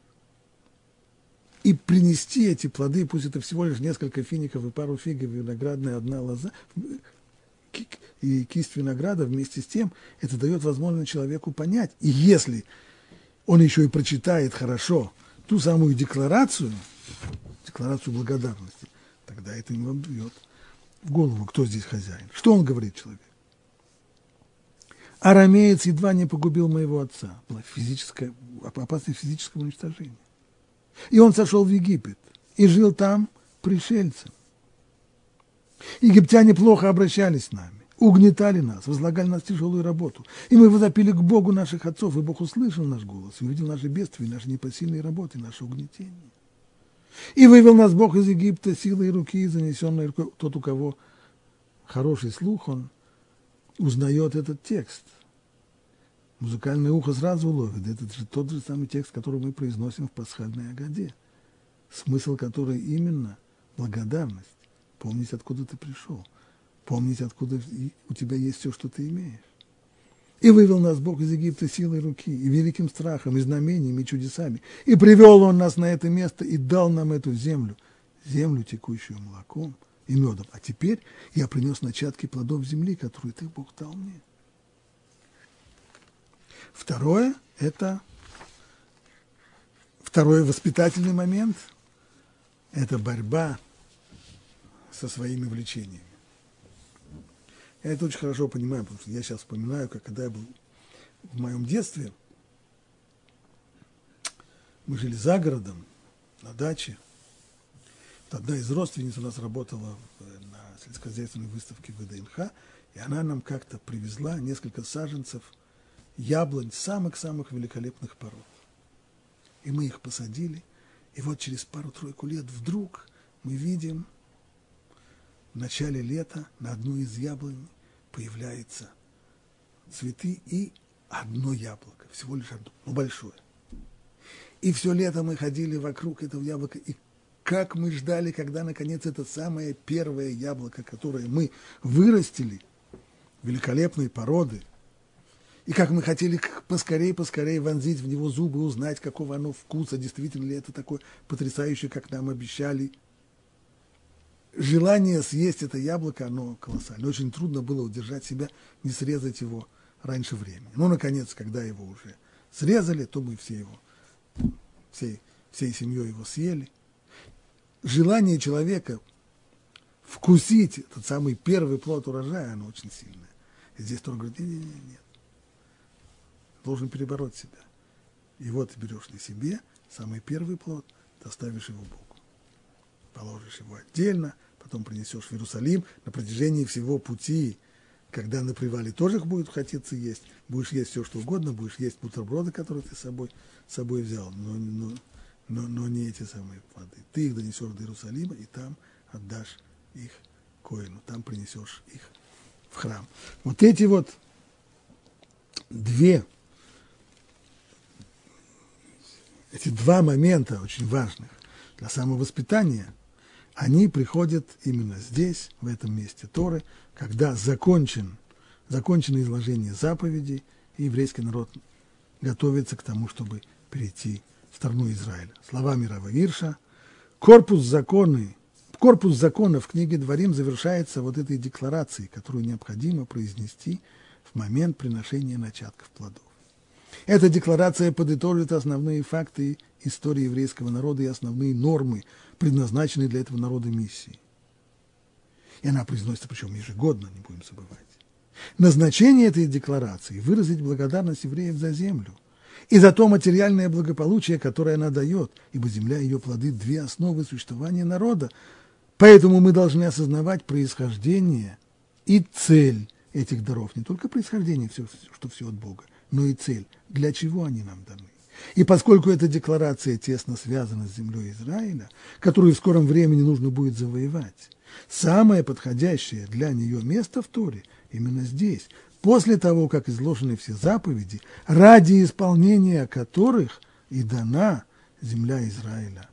И принести эти плоды, пусть это всего лишь несколько фиников и пару фигов, виноградная одна лоза, и кисть винограда вместе с тем, это дает возможность человеку понять. И если он еще и прочитает хорошо ту самую декларацию, декларацию благодарности, тогда это ему бьет в голову, кто здесь хозяин. Что он говорит человеку? Арамеец едва не погубил моего отца. Была физическая, опасность физического уничтожения. И он сошел в Египет и жил там пришельцем. Египтяне плохо обращались с нами, угнетали нас, возлагали на нас тяжелую работу. И мы возопили к Богу наших отцов, и Бог услышал наш голос, и увидел наши бедствия, наши непосильные работы, наше угнетение. И вывел нас Бог из Египта силой руки, занесенной рукой. Тот, у кого хороший слух, он узнает этот текст. Музыкальное ухо сразу уловит. Это же тот же самый текст, который мы произносим в пасхальной Агаде. Смысл которой именно благодарность. Помнить, откуда ты пришел. Помнить, откуда у тебя есть все, что ты имеешь. И вывел нас Бог из Египта силой руки, и великим страхом, и знамениями, и чудесами. И привел Он нас на это место, и дал нам эту землю, землю, текущую молоком и медом. А теперь я принес начатки плодов земли, которые ты, Бог, дал мне. Второе – это второй воспитательный момент – это борьба со своими влечениями. Я это очень хорошо понимаю, потому что я сейчас вспоминаю, как когда я был в моем детстве, мы жили за городом, на даче. Одна из родственниц у нас работала на сельскохозяйственной выставке вэ дэ эн ха, и она нам как-то привезла несколько саженцев яблонь самых-самых великолепных пород. И мы их посадили, и вот через пару-тройку лет вдруг мы видим, в начале лета на одной из яблонь появляются цветы и одно яблоко, всего лишь одно, но большое. И все лето мы ходили вокруг этого яблока, и как мы ждали, когда, наконец, это самое первое яблоко, которое мы вырастили, великолепной породы, и как мы хотели поскорее-поскорее вонзить в него зубы, узнать, какого оно вкуса, действительно ли это такое потрясающее, как нам обещали. Желание съесть это яблоко, оно колоссальное. Очень трудно было удержать себя, не срезать его раньше времени. Ну, наконец, когда его уже срезали, то мы все его, всей, всей семьей его съели. Желание человека вкусить этот самый первый плод урожая, оно очень сильное. И здесь тоже говорит, нет, нет, нет. Должен перебороть себя. И вот ты берешь на себе самый первый плод, ты оставишь его Богу. Положишь его отдельно, потом принесешь в Иерусалим на протяжении всего пути, когда на привале тоже будет хотеться есть, будешь есть все, что угодно, будешь есть бутерброды, которые ты с собой, с собой взял, но, но, но, но не эти самые плоды. Ты их донесешь до Иерусалима, и там отдашь их коэну, там принесешь их в храм. Вот эти вот две, эти два момента очень важных для самовоспитания, они приходят именно здесь, в этом месте Торы, когда закончен, закончено изложение заповедей, и еврейский народ готовится к тому, чтобы перейти в страну Израиля. Словами Рава Гирша, корпус законы, корпус закона в книге Дворим завершается вот этой декларацией, которую необходимо произнести в момент приношения начатков плодов. Эта декларация подытожит основные факты истории еврейского народа и основные нормы, предназначенные для этого народа миссии. И она произносится, причем ежегодно, не будем забывать. Назначение этой декларации – выразить благодарность евреев за землю и за то материальное благополучие, которое она дает, ибо земля и ее плоды – две основы существования народа. Поэтому мы должны осознавать происхождение и цель этих даров. Не только происхождение, все, что все от Бога, но и цель, для чего они нам даны. И поскольку эта декларация тесно связана с землей Израиля, которую в скором времени нужно будет завоевать, самое подходящее для нее место в Торе именно здесь, после того, как изложены все заповеди, ради исполнения которых и дана земля Израиля